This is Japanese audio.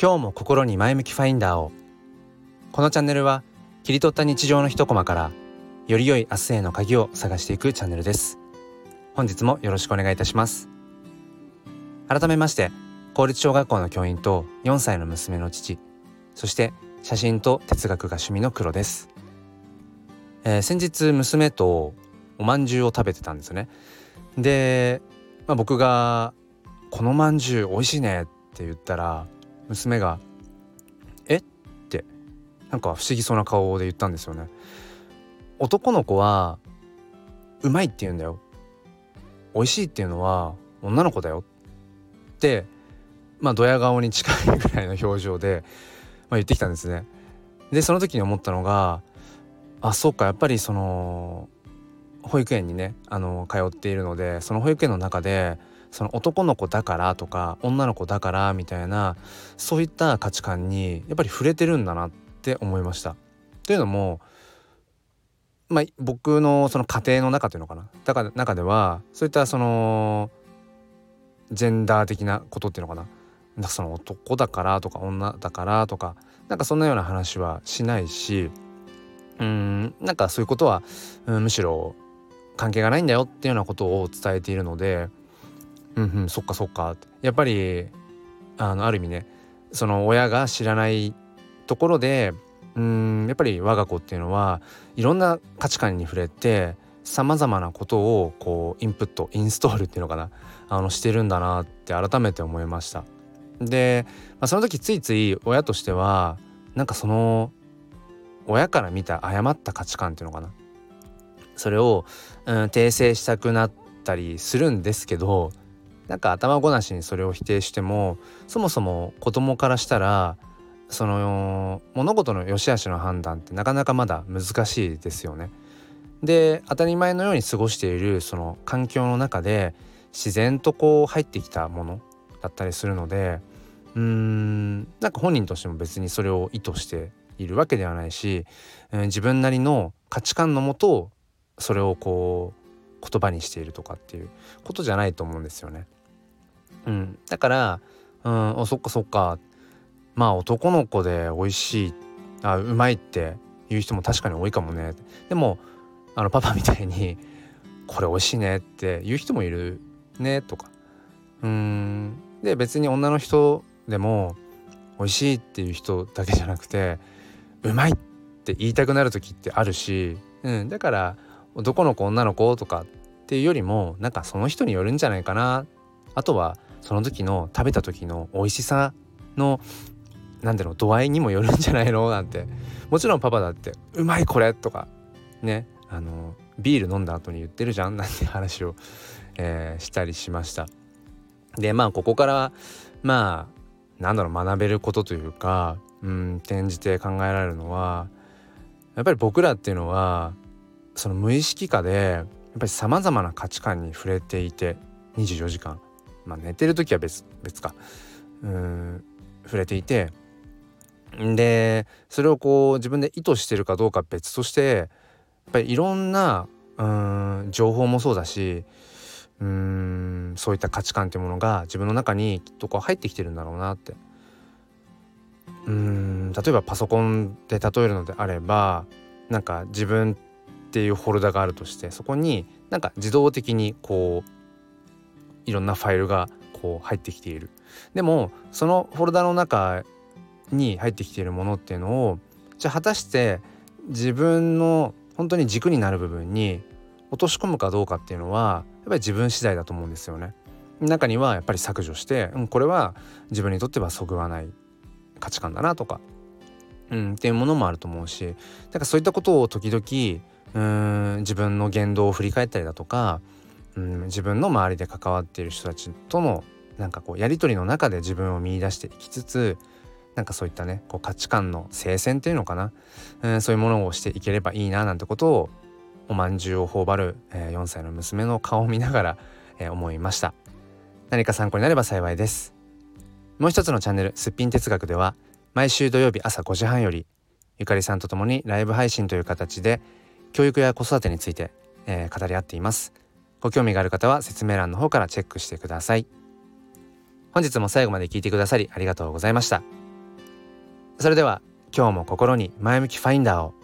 今日も心に前向きファインダーを。このチャンネルは切り取った日常の一コマからより良い明日への鍵を探していくチャンネルです。本日もよろしくお願いいたします。改めまして、公立小学校の教員と4歳の娘の父、そして写真と哲学が趣味の黒です。先日娘とおまんじゅうを食べてたんですよね。で、僕がこのまんじゅう美味しいねって言ったら、娘がえってなんか不思議そうな顔で言ったんですよね。男の子はうまいって言うんだよ、美味しいっていうのは女の子だよって、ドヤ顔に近いぐらいの表情で、言ってきたんですね。でその時に思ったのが、そうか、やっぱりその保育園にね通っているので、その保育園の中でその男の子だからとか女の子だからみたいな、そういった価値観にやっぱり触れてるんだなって思いました。というのも、僕のその家庭の中というのかな、中ではそういったそのジェンダー的なことっていうのかな、その男だからとか女だからとか、そんなような話はしないし、そういうことは、むしろ関係がないんだよっていうようなことを伝えているので、そっかそっかって、やっぱりある意味ね、その親が知らないところでやっぱり我が子っていうのはいろんな価値観に触れて、さまざまなことをこうインプットインストールっていうのかな、してるんだなって改めて思いました。で、その時ついつい親としてはその親から見た誤った価値観っていうのかな、それを、訂正したくなったりするんですけど、頭ごなしにそれを否定しても、そもそも子供からしたらその物事の良し悪しの判断ってなかなかまだ難しいですよね。で、当たり前のように過ごしているその環境の中で自然とこう入ってきたものだったりするので、本人としても別にそれを意図しているわけではないし、自分なりの価値観のもとそれをこう言葉にしているとかっていうことじゃないと思うんですよね。だから、そっかそっか、男の子で美味しい、うまいって言う人も確かに多いかもね。でもパパみたいにこれ美味しいねって言う人もいるねとか、で別に女の人でも美味しいっていう人だけじゃなくて、うまいって言いたくなる時ってあるし、だから男の子女の子とかっていうよりもその人によるんじゃないかな。あとはその時の食べた時の美味しさの度合いにもよるんじゃないのなんて。もちろんパパだってうまいこれとかね、ビール飲んだ後に言ってるじゃんなんて話を、したりしました。でここから学べることというか、転じて考えられるのは、やっぱり僕らっていうのはその無意識下でやっぱりさまざまな価値観に触れていて、24時間、寝てる時は別か、触れていて、でそれをこう自分で意図してるかどうか別として、やっぱりいろんな情報もそうだし、そういった価値観っていうものが自分の中にきっとこう入ってきてるんだろうなって。例えばパソコンで例えるのであれば、自分っていうフォルダがあるとして、そこに自動的にこういろんなファイルがこう入ってきている。でもそのフォルダの中に入ってきているものっていうのを、じゃあ果たして自分の本当に軸になる部分に落とし込むかどうかっていうのはやっぱり自分次第だと思うんですよね。中にはやっぱり削除して、これは自分にとってはそぐわない価値観だなとか、っていうものもあると思うし、そういったことを時々自分の言動を振り返ったりだとか、自分の周りで関わっている人たちとのやり取りの中で自分を見出していきつつ、そういったねこう価値観の聖戦っていうのかな、そういうものをしていければいいななんてことを、おまんじゅうを頬張る、4歳の娘の顔を見ながら、思いました。何か参考になれば幸いです。もう一つのチャンネル、すっぴん哲学では毎週土曜日朝5時半よりゆかりさんと共にライブ配信という形で教育や子育てについて、語り合っています。ご興味がある方は説明欄の方からチェックしてください。本日も最後まで聞いてくださりありがとうございました。 それでは今日も心に前向きファインダーを。